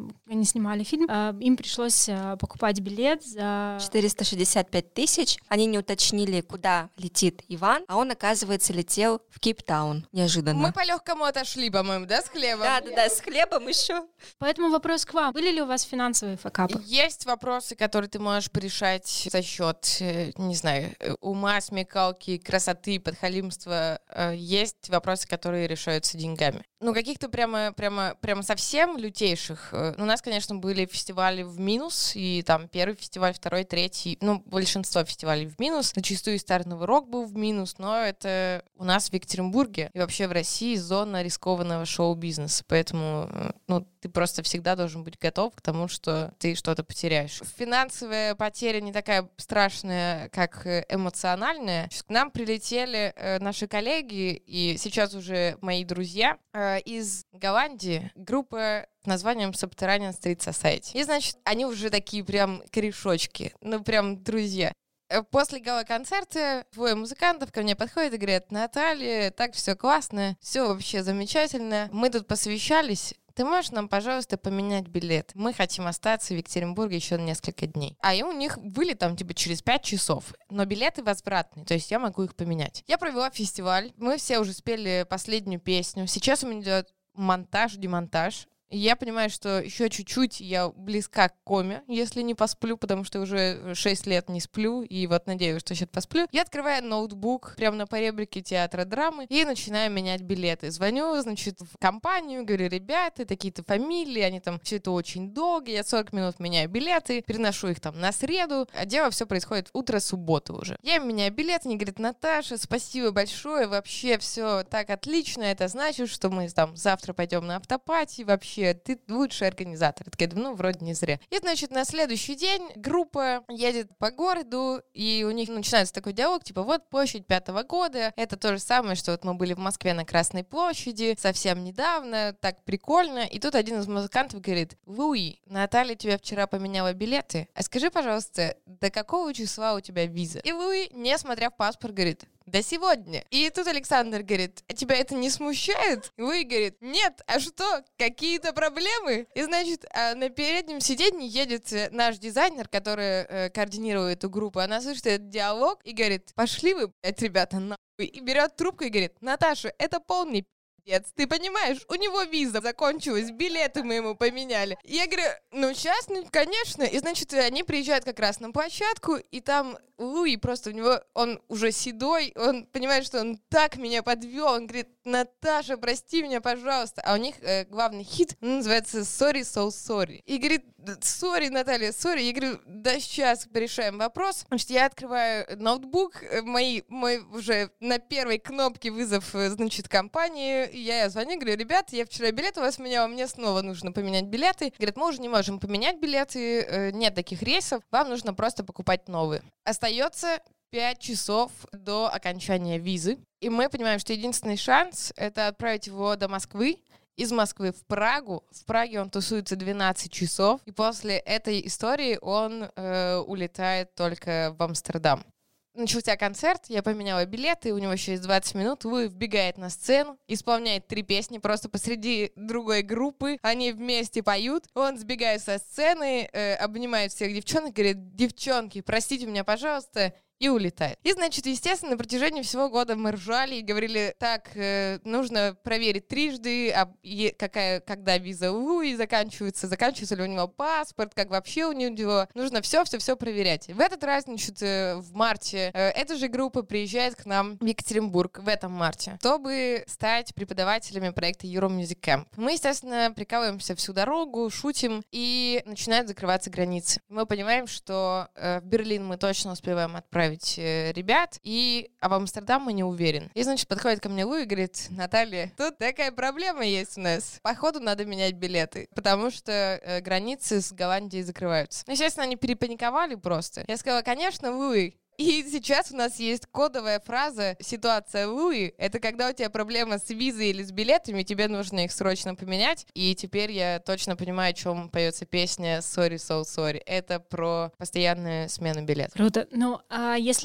они снимали фильм, им пришлось покупать билет за... четыреста шестьдесят пять тысяч. Они не уточнили, куда летит Иван, а он, оказывается, летел в Кейптаун. Неожиданно. Мы по-легкому отошли, по-моему, да, с хлебом? Да-да-да, с хлебом еще. Поэтому вопрос к вам. Были ли у вас финансовые факапы? Есть вопросы, которые ты можешь порешать за счет, не знаю, ума, смекалки, красоты, подхалимства. Есть вопросы, которые решаются деньгами. Ну, каких-то прямо, прямо, прямо совсем лютейших. У нас, конечно, были фестивали в минус, и там первый фестиваль, второй, третий, ну, большинство фестивалей в минус. Зачастую и Старый Новый Рок был в минус, но это у нас в Екатеринбурге и вообще в России зона рискованного шоу-бизнеса, поэтому, ну, ты просто всегда должен быть готов к тому, что ты что-то потеряешь. Финансовая потеря не такая страшная, как эмоциональная. К нам прилетели э, наши коллеги, и сейчас уже мои друзья э, из Голландии, группа с названием Subterranean Street Society. И, значит, они уже такие прям корешочки, ну, прям друзья. После гала-концерта двое музыкантов ко мне подходят и говорят: Наталья, так все классно, все вообще замечательно. Мы тут посовещались. Ты можешь нам, пожалуйста, поменять билет? Мы хотим остаться в Екатеринбурге еще на несколько дней. А и у них были там типа через пять часов, но билеты возвратные, то есть я могу их поменять. Я провела фестиваль, мы все уже спели последнюю песню. Сейчас у меня идет монтаж, демонтаж. И я понимаю, что еще чуть-чуть я близка к коме, если не посплю, потому что уже шесть лет не сплю, и вот надеюсь, что сейчас посплю. Я открываю ноутбук прямо на поребрике театра драмы и начинаю менять билеты. Звоню, значит, в компанию, говорю: ребята, такие-то фамилии, они там, все это очень долго, я сорок минут меняю билеты, переношу их там на среду, а дело все происходит утро субботы уже. Я им меняю билеты, они говорят: Наташа, спасибо большое, вообще все так отлично, это значит, что мы там завтра пойдем на автопати, вообще ты лучший организатор. Я такая: ну, вроде не зря. И, значит, на следующий день группа едет по городу, и у них начинается такой диалог, типа: вот площадь пятого года, это то же самое, что вот мы были в Москве на Красной площади совсем недавно, так прикольно. И тут один из музыкантов говорит: Луи, Наталья тебе вчера поменяла билеты, а скажи, пожалуйста, до какого числа у тебя виза? И Луи, не смотря в паспорт, говорит: до сегодня. И тут Александр говорит: а тебя это не смущает? И Луи говорит: нет, а что, какие-то проблемы? И, значит, на переднем сиденье едет наш дизайнер, который э, координирует эту группу. Она слышит этот диалог и говорит: пошли вы, это, ребята, нахуй. И берет трубку и говорит: Наташа, это полный пи***ц, ты понимаешь, у него виза закончилась, билеты мы ему поменяли. И я говорю: ну, сейчас, ну, конечно. И, значит, они приезжают как раз на площадку, и там Луи просто, у него, он уже седой, он понимает, что он так меня подвел, он говорит: Наташа, прости меня, пожалуйста. А у них э, главный хит называется «Sorry, so sorry». И говорит: сори, Наталья, сори. Я говорю: да сейчас порешаем вопрос. Значит, я открываю ноутбук, мои, мой уже на первой кнопке вызов, значит, компании. Я звоню, говорю: ребята, я вчера билеты у вас меняла, мне снова нужно поменять билеты. Говорят: мы уже не можем поменять билеты, нет таких рейсов, вам нужно просто покупать новые. Остается пять часов до окончания визы, и мы понимаем, что единственный шанс — это отправить его до Москвы, из Москвы в Прагу. В Праге он тусуется двенадцать часов, и после этой истории он э, улетает только в Амстердам. Начался концерт, я поменяла билеты, у него через двадцать минут Луи вбегает на сцену, исполняет три песни просто посреди другой группы, они вместе поют, он сбегает со сцены, э, обнимает всех девчонок, говорит: девчонки, простите меня, пожалуйста, и улетает. И, значит, естественно, на протяжении всего года мы ржали и говорили: так, э, нужно проверить трижды, а, е, какая, когда виза Луи заканчивается, заканчивается ли у него паспорт, как вообще у него. Нужно все-все-все проверять. В этот раз, значит, э, в марте э, эта же группа приезжает к нам в Екатеринбург в этом марте, чтобы стать преподавателями проекта Euro Music Camp. Мы, естественно, прикалываемся всю дорогу, шутим, и начинают закрываться границы. Мы понимаем, что э, в Берлин мы точно успеваем отправить ребят, и а в Амстердам мы не уверены. И, значит, подходит ко мне Луи и говорит: Наталья, тут такая проблема есть у нас. Походу, надо менять билеты, потому что э, границы с Голландией закрываются. Ну, естественно, они перепаниковали просто. Я сказала: конечно, Луи. И сейчас у нас есть кодовая фраза «Ситуация Луи». Это когда у тебя проблема с визой или с билетами, тебе нужно их срочно поменять. И теперь я точно понимаю, о чем поется песня «Sorry, so sorry». Это про постоянную смену билетов. Круто. Ну, а если вот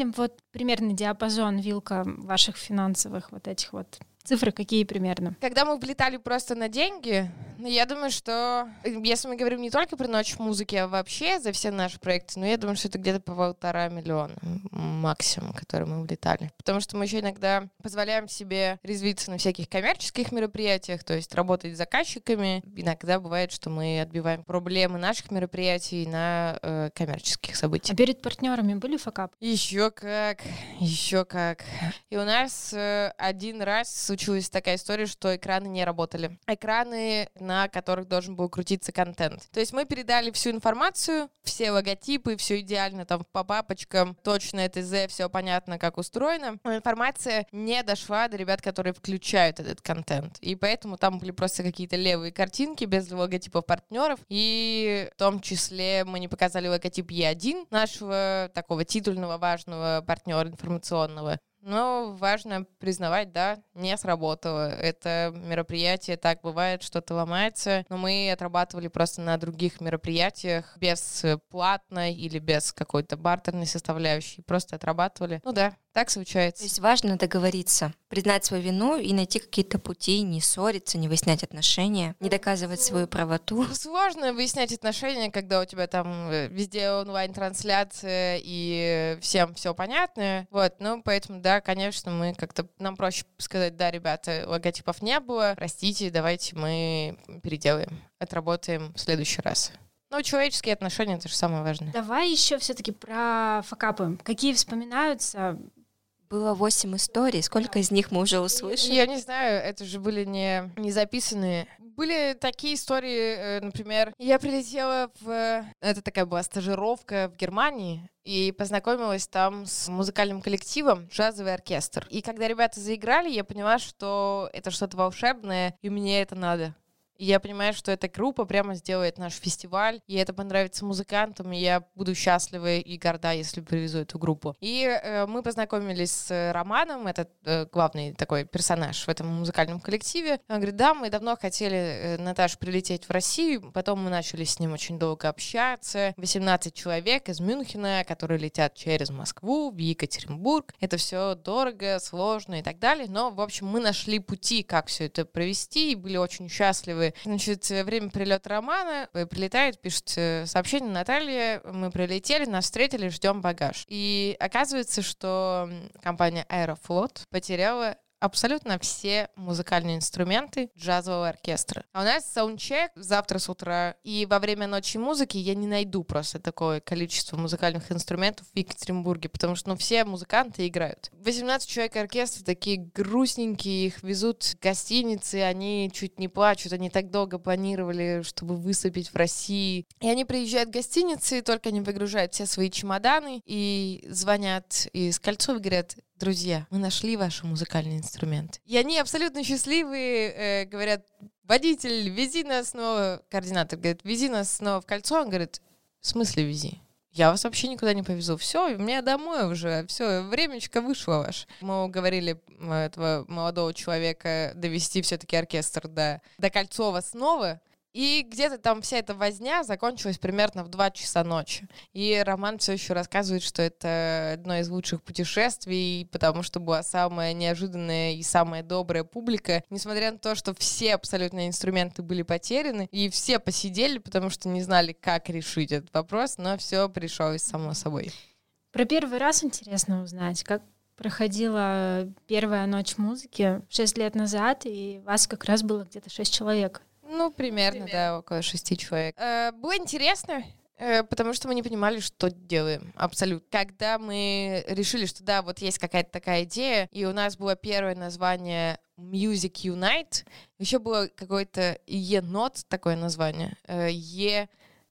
примерный диапазон, вилка ваших финансовых вот этих вот цифры какие примерно? Когда мы влетали просто на деньги, ну, я думаю, что если мы говорим не только про «Ночь музыки», а вообще за все наши проекты, ну, я думаю, что это где-то по полтора миллиона максимум, которые мы влетали. Потому что мы еще иногда позволяем себе резвиться на всяких коммерческих мероприятиях, то есть работать с заказчиками. Иногда бывает, что мы отбиваем проблемы наших мероприятий на э, коммерческих событиях. А перед партнерами были факапы? Еще как, еще как. И у нас э, один раз случилась такая история, что экраны не работали. Экраны, на которых должен был крутиться контент. То есть мы передали всю информацию, все логотипы, все идеально там по папочкам, точно ТЗ, все понятно, как устроено. Но информация не дошла до ребят, которые включают этот контент. И поэтому там были просто какие-то левые картинки без логотипов партнеров. И в том числе мы не показали логотип Е один, нашего такого титульного важного партнера информационного. Но важно признавать, да, не сработало. Это мероприятие, так бывает, что-то ломается. Но мы отрабатывали просто на других мероприятиях без платной или без какой-то бартерной составляющей. Просто отрабатывали. Ну да, так случается. То есть важно договориться, признать свою вину и найти какие-то пути, не ссориться, не выяснять отношения, не доказывать свою правоту. Сложно выяснять отношения, когда у тебя там везде онлайн-трансляция и всем все понятно. Вот, ну, поэтому, да, конечно, мы как-то, нам проще сказать, да, ребята, логотипов не было, простите, давайте мы переделаем, отработаем в следующий раз. Ну, человеческие отношения — это же самое важное. Давай еще все-таки про факапы. Какие вспоминаются? Было восемь историй, сколько из них мы уже услышали? Я не знаю, это же были не, не записанные. Были такие истории, например, я прилетела в... Это такая была стажировка в Германии, и познакомилась там с музыкальным коллективом «Джазовый оркестр». И когда ребята заиграли, я поняла, что это что-то волшебное, и мне это надо. И я понимаю, что эта группа прямо сделает наш фестиваль, и это понравится музыкантам, и я буду счастлива и горда, если привезу эту группу. И э, мы познакомились с Романом, это э, главный такой персонаж в этом музыкальном коллективе. Он говорит, да, мы давно хотели, э, Наташа, прилететь в Россию, потом мы начали с ним очень долго общаться. восемнадцать человек из Мюнхена, которые летят через Москву в Екатеринбург. Это все дорого, сложно и так далее, но, в общем, мы нашли пути, как все это провести, и были очень счастливы. Значит, время прилета Романа, прилетает, пишет сообщение: Наталья, мы прилетели, нас встретили, ждем багаж. И оказывается, что компания Аэрофлот потеряла абсолютно все музыкальные инструменты джазового оркестра. А у нас саундчек завтра с утра, и во время ночи музыки я не найду просто такое количество музыкальных инструментов в Екатеринбурге, потому что, ну, все музыканты играют. восемнадцать человек оркестра, такие грустненькие, их везут в гостиницы, они чуть не плачут, они так долго планировали, чтобы выступить в России. И они приезжают в гостиницы, только они выгружают все свои чемоданы и звонят из Кольцова и говорят: друзья, мы нашли ваши музыкальные инструменты. И они абсолютно счастливые, э, говорят: водитель, вези нас снова. Координатор говорит: вези нас снова в Кольцо. Он говорит: в смысле вези? Я вас вообще никуда не повезу. Все, мне домой уже. Все, времечко вышло ваше. Мы уговорили этого молодого человека довести все-таки оркестр до, до Кольцова снова. И где-то там вся эта возня закончилась примерно в два часа ночи. И Роман все еще рассказывает, что это одно из лучших путешествий, потому что была самая неожиданная и самая добрая публика. Несмотря на то, что все абсолютно инструменты были потеряны, и все посидели, потому что не знали, как решить этот вопрос, но все пришлось само собой. Про первый раз интересно узнать, как проходила первая ночь музыки шесть лет назад, и вас как раз было где-то шесть человек. Ну, примерно, примерно, да, около шести человек. Э, было интересно, э, потому что мы не понимали, что делаем абсолютно. Когда мы решили, что да, вот есть какая-то такая идея, и у нас было первое название Music Unite, еще было какое-то енот, такое название, э, Е...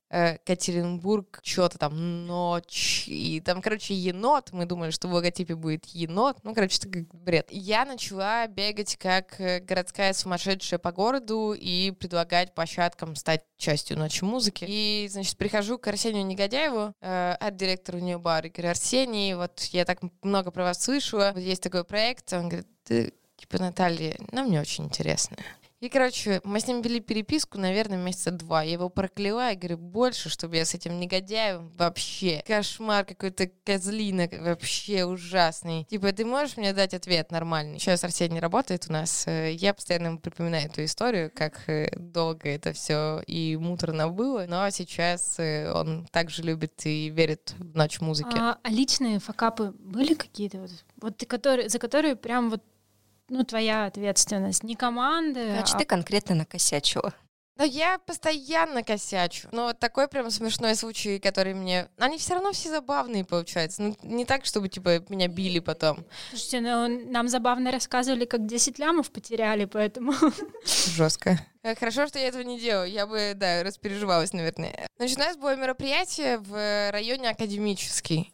Екатеринбург, что-то там, ночь, и там, короче, енот, мы думали, что в логотипе будет енот, ну, короче, это как бред. Я начала бегать как городская сумасшедшая по городу и предлагать площадкам стать частью ночи музыки. И, значит, прихожу к Арсению Негодяеву, э, арт-директору New Bar, и говорю: Арсений, вот я так много про вас слышала, вот есть такой проект. Он говорит: ты, типа, Наталья, нам не очень интересно. И, короче, мы с ним вели переписку, наверное, месяца два. Я его прокляла и говорю, больше, чтобы я с этим негодяем вообще. Кошмар какой-то, козлина вообще ужасный. Типа, ты можешь мне дать ответ нормальный? Сейчас Арсений не работает у нас. Я постоянно ему припоминаю эту историю, как долго это все и муторно было. Но сейчас он также любит и верит в ночь музыки. А, а личные факапы были какие-то? Вот, вот ты, которые, за которые прям вот, ну, твоя ответственность, не команды. Короче, а... ты конкретно накосячила. Да я постоянно косячу. Но вот такой прям смешной случай, который мне... Они все равно все забавные, получается. Ну, не так, чтобы, типа, меня били потом. Слушайте, ну, нам забавно рассказывали, как десять лямов потеряли, поэтому... Жестко. Хорошо, что я этого не делаю. Я бы, да, распереживалась, наверное. Значит, у нас было мероприятие в районе Академический.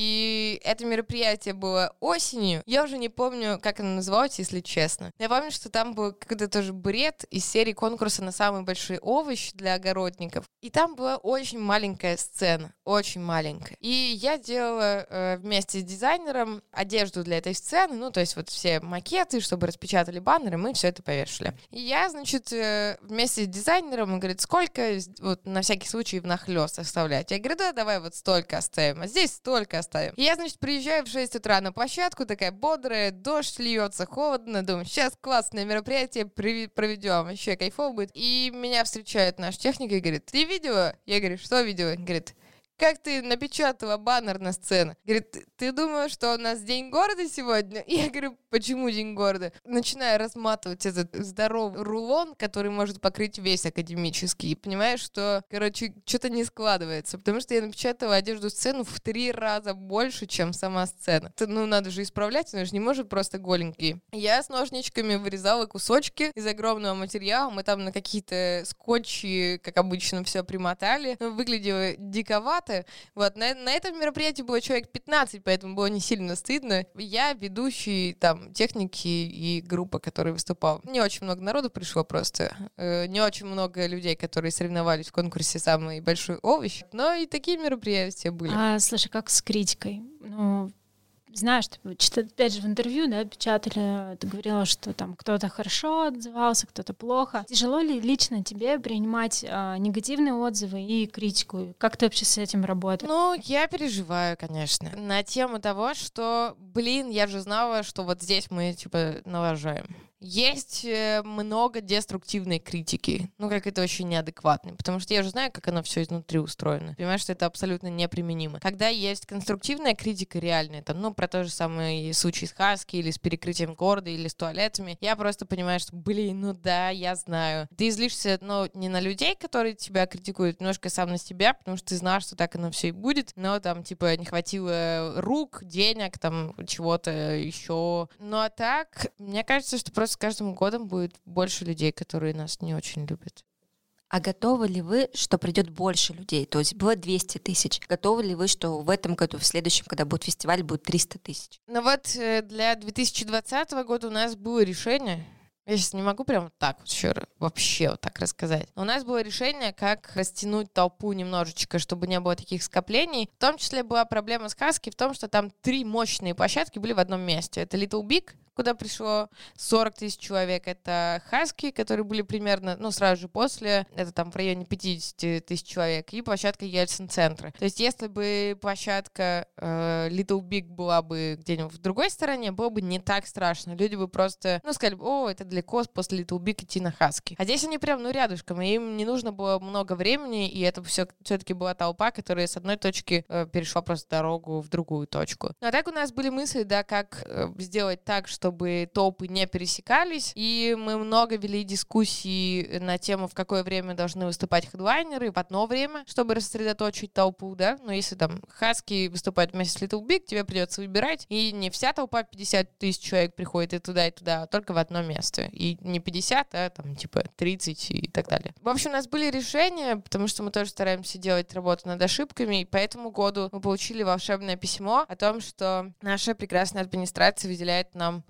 И это мероприятие было осенью. Я уже не помню, как оно называлось, если честно. Я помню, что там был какой-то тоже бред из серии конкурса на самый большой овощ для огородников. И там была очень маленькая сцена. Очень маленькая. И я делала э, вместе с дизайнером одежду для этой сцены. Ну, то есть вот все макеты, чтобы распечатали баннеры, мы все это повешали. И я, значит, э, вместе с дизайнером, он говорит, сколько вот на всякий случай внахлёст оставлять? Я говорю, да, давай вот столько оставим, а здесь столько оставим. И я, значит, приезжаю в шесть утра на площадку, такая бодрая, дождь льется, холодно, думаю, сейчас классное мероприятие проведем, вообще кайфово будет. И меня встречает наш техник и говорит, ты видела? Я говорю, что видела? Говорит, как ты напечатала баннер на сцену? Говорит, ты думаешь, что у нас День города сегодня? Я говорю, почему День города? Начинаю разматывать этот здоровый рулон, который может покрыть весь Академический. И понимаешь, что, короче, что-то не складывается. Потому что я напечатала одежду сцену в три раза больше, чем сама сцена. Это, ну, надо же исправлять, она же не может просто голенькие. Я с ножничками вырезала кусочки из огромного материала. Мы там на какие-то скотчи, как обычно, все примотали. Выглядело диковато. Вот, на, на этом мероприятии было человек пятнадцать, поэтому было не сильно стыдно. Я, ведущий, там, техники и группа, которая выступала. Не очень много народу пришло просто. Э, не очень много людей, которые соревновались в конкурсе «Самый большой овощ». Но и такие мероприятия были. А, слушай, как с критикой? Ну, знаешь, ты, опять же, в интервью, да, печатали, ты говорила, что там кто-то хорошо отзывался, кто-то плохо. Тяжело ли лично тебе принимать а, негативные отзывы и критику? Как ты вообще с этим работаешь? Ну, я переживаю, конечно, на тему того, что, блин, я же знала, что вот здесь мы, типа, налажаем. Есть много деструктивной критики, ну, как это очень неадекватно, потому что я же знаю, как оно все изнутри устроено. Понимаешь, что это абсолютно неприменимо. Когда есть конструктивная критика реальная, там, ну, про тот же самый случай с Хаски или с перекрытием города или с туалетами, я просто понимаю, что, блин, ну да, я знаю. Ты злишься, ну, не на людей, которые тебя критикуют, немножко сам на себя, потому что ты знаешь, что так оно все и будет, но там, типа, не хватило рук, денег, там, чего-то еще. Ну, а так, мне кажется, что просто с каждым годом будет больше людей, которые нас не очень любят. А готовы ли вы, что придет больше людей? То есть было двести тысяч. Готовы ли вы, что в этом году, в следующем, когда будет фестиваль, будет триста тысяч? Ну вот для две тысячи двадцатого года у нас было решение. Я сейчас не могу прям вот так вот еще вообще вот так рассказать. Но у нас было решение, как растянуть толпу немножечко, чтобы не было таких скоплений. В том числе была проблема с Хаски в том, что там три мощные площадки были в одном месте. Это Little Big, куда пришло сорок тысяч человек. Это Хаски, которые были примерно, ну, сразу же после. Это там в районе пятьдесят тысяч человек. И площадка Ельцин-центра. То есть если бы площадка э, Little Big была бы где-нибудь в другой стороне, было бы не так страшно. Люди бы просто, ну, сказали бы, о, это далеко после Little Big идти на Хаски. А здесь они прям, ну, рядышком. И им не нужно было много времени, и это все все-таки была толпа, которая с одной точки э, перешла просто дорогу в другую точку. Ну, а так у нас были мысли, да, как э, сделать так, что чтобы толпы не пересекались, и мы много вели дискуссии на тему, в какое время должны выступать хедлайнеры, в одно время, чтобы рассредоточить толпу, да, но если там Хаски выступает вместе с Little Big, тебе придется выбирать, и не вся толпа пятьдесят тысяч человек приходит и туда, и туда, а только в одно место, и не пятьдесят, а там типа тридцать и так далее. В общем, у нас были решения, потому что мы тоже стараемся делать работу над ошибками, и по этому году мы получили волшебное письмо о том, что наша прекрасная администрация выделяет нам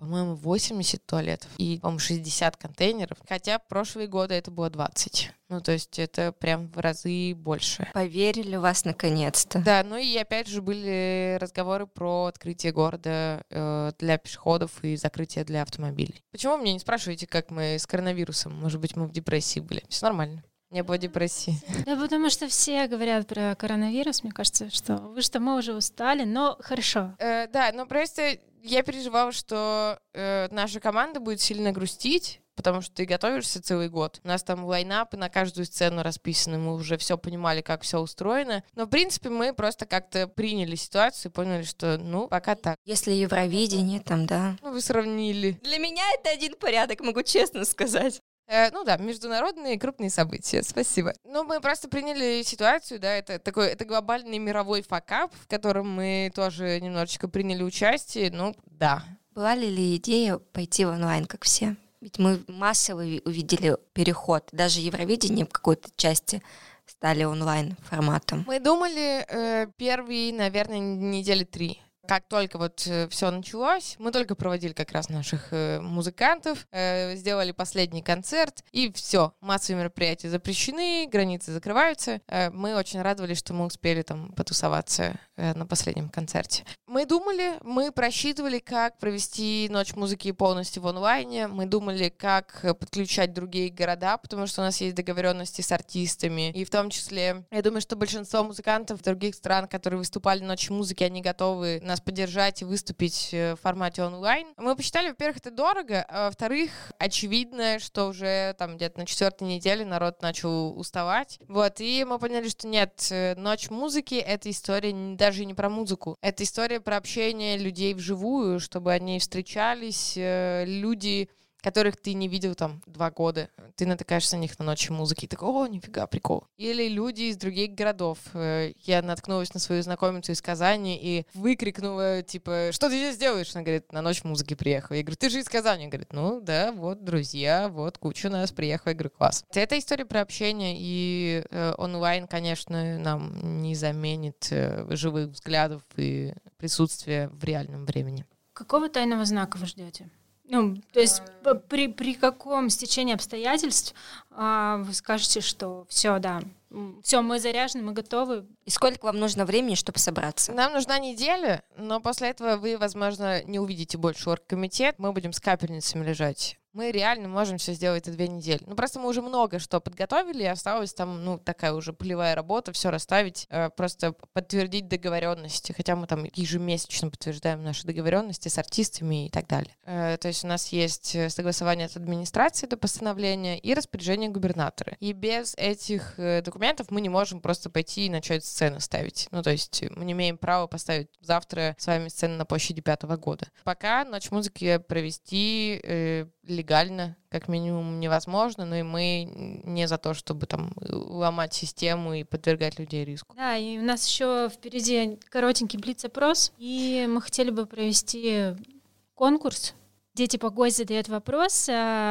по-моему, восемьдесят туалетов и, по-моему, шестьдесят контейнеров, хотя в прошлые годы это было двадцать. Ну, то есть это прям в разы больше. Поверили в вас наконец-то. Да, ну и опять же были разговоры про открытие города э, для пешеходов и закрытие для автомобилей. Почему меня не спрашиваете, как мы с коронавирусом? Может быть, мы в депрессии были? Все нормально. Не было депрессии. Да, потому что все говорят про коронавирус. Мне кажется, что вы что, мы уже устали, но хорошо. Э, да, но просто я переживала, что э, наша команда будет сильно грустить, потому что ты готовишься целый год. У нас там лайнапы на каждую сцену расписаны, мы уже все понимали, как все устроено. Но, в принципе, мы просто как-то приняли ситуацию и поняли, что, ну, пока так. Если Евровидение там, да. Ну, вы сравнили. Для меня это один порядок, могу честно сказать. Э, ну да, международные крупные события, спасибо. Ну, мы просто приняли ситуацию, да, это такой, это глобальный мировой факап, в котором мы тоже немножечко приняли участие, ну, да. Была ли идея пойти в онлайн, как все? Ведь мы массово увидели переход, даже Евровидение в какой-то части стали онлайн форматом. Мы думали э, первые, наверное, недели три. Как только вот э, все началось, мы только проводили как раз наших э, музыкантов, э, сделали последний концерт, и все, массовые мероприятия запрещены, границы закрываются. Э, мы очень радовались, что мы успели там потусоваться э, на последнем концерте. Мы думали, мы просчитывали, как провести Ночь музыки полностью в онлайне, мы думали, как подключать другие города, потому что у нас есть договоренности с артистами, и в том числе, я думаю, что большинство музыкантов других стран, которые выступали на Ночи музыки, они готовы нас поддержать и выступить в формате онлайн. Мы посчитали, во-первых, это дорого, а во-вторых, очевидно, что уже там где-то на четвертой неделе народ начал уставать. Вот, и мы поняли, что нет, Ночь музыки — это история даже не про музыку, это история про общение людей вживую, чтобы они встречались, люди, которых ты не видел там два года. Ты натыкаешься на них на Ночи музыки и такой: о, нифига, прикол. Или люди из других городов. Я наткнулась на свою знакомицу из Казани и выкрикнула, типа: что ты здесь делаешь? Она говорит: на Ночь музыки приехала. Я говорю: ты же из Казани. Она говорит: ну да, вот друзья, вот куча нас приехала. Я говорю: класс. Это история про общение, и э, онлайн, конечно, нам не заменит э, живых взглядов и присутствия в реальном времени. Какого тайного знака вы ждете? Ну, то есть при, при каком стечении обстоятельств а, вы скажете, что все, да, все, мы заряжены, мы готовы. И сколько вам нужно времени, чтобы собраться? Нам нужна неделя, но после этого вы, возможно, не увидите больше оргкомитет. Мы будем с капельницами лежать. Мы реально можем все сделать за две недели. Ну, просто мы уже много что подготовили, и осталось там, ну, такая уже полевая работа, все расставить, э, просто подтвердить договоренности, хотя мы там ежемесячно подтверждаем наши договоренности с артистами и так далее. Э, то есть у нас есть согласование от администрации до постановления и распоряжение губернатора. И без этих э, документов мы не можем просто пойти и начать сцены ставить. Ну, то есть мы не имеем права поставить завтра с вами сцены на площади пятого года. Пока Ночь музыки провести э, легально, как минимум, невозможно, но и мы не за то, чтобы там ломать систему и подвергать людей риску. Да, и у нас еще впереди коротенький блиц-опрос, и мы хотели бы провести конкурс, где типа гость задает вопрос,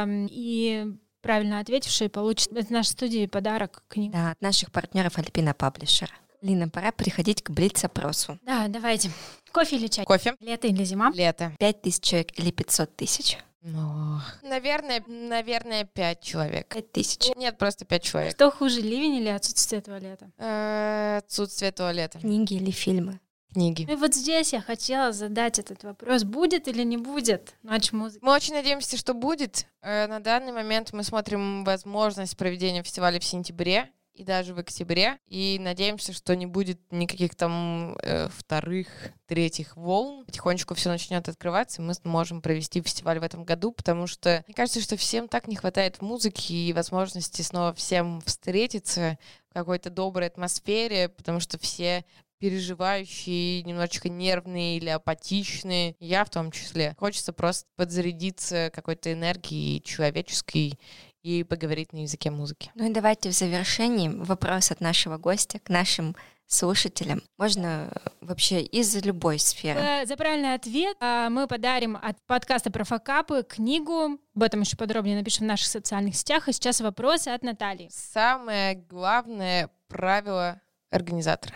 и правильно ответивший получит от нашей студии подарок, книгу. Да, от наших партнеров Альпина Паблишер. Лина, пора переходить к блиц-опросу. Да, давайте. Кофе или чай? Кофе. Лето или зима? Лето. Пять тысяч человек или пятьсот тысяч? Ну, наверное, наверное, пять человек. Пять тысяч. Нет, просто пять человек. Что хуже, ливень или отсутствие туалета? Э, Отсутствие туалета. Книги или фильмы? Книги. И вот здесь я хотела задать этот вопрос. Будет или не будет Ночь музыки? Мы очень надеемся, что будет. Э, На данный момент мы смотрим возможность проведения фестиваля в сентябре и даже в октябре. И надеемся, что не будет никаких там э, вторых, третьих волн. Потихонечку все начнет открываться, и мы сможем провести фестиваль в этом году, потому что мне кажется, что всем так не хватает музыки и возможности снова всем встретиться в какой-то доброй атмосфере, потому что все переживающие, немножечко нервные или апатичные, я в том числе. Хочется просто подзарядиться какой-то энергией человеческой и поговорить на языке музыки. Ну и давайте в завершении вопрос от нашего гостя к нашим слушателям. Можно вообще из любой сферы. За правильный ответ мы подарим от подкаста про факапы книгу. Об этом еще подробнее напишем в наших социальных сетях. И сейчас вопросы от Натальи. Самое главное правило организатора.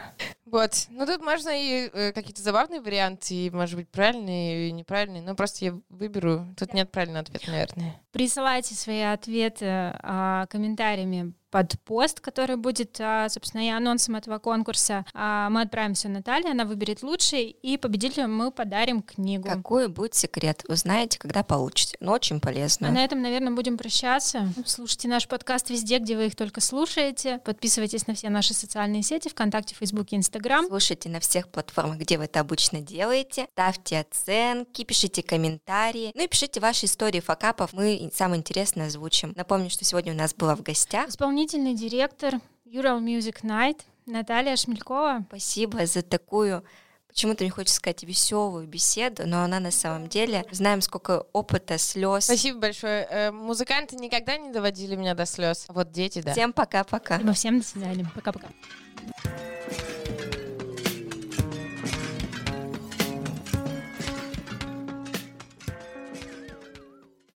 Вот. Ну, тут можно и э, какие-то забавные варианты, и, может быть, правильные и неправильные. Но просто я выберу. Тут нет правильного ответа, наверное. Присылайте свои ответы а, комментариями под пост, который будет, а, собственно, и анонсом этого конкурса. А, мы отправим все Наталье, она выберет лучший, и победителю мы подарим книгу. Какой будет секрет? Узнаете, когда получите. Ну, очень полезно. А на этом, наверное, будем прощаться. Слушайте наш подкаст везде, где вы их только слушаете. Подписывайтесь на все наши социальные сети, ВКонтакте, Фейсбуке, Инстаграм. Слушайте на всех платформах, где вы это обычно делаете. Ставьте оценки, пишите комментарии. Ну и пишите ваши истории факапов. Мы самое интересное озвучим. Напомню, что сегодня у нас была в гостях Исполнительный директор Ural Music Night Наталья Шмелькова. Спасибо за такую, почему-то мне хочется сказать, веселую беседу, но она на самом деле, знаем, сколько опыта, слез. Спасибо большое. Э, музыканты никогда не доводили меня до слез. Вот дети, да. Всем пока-пока. Всем до свидания. Пока-пока.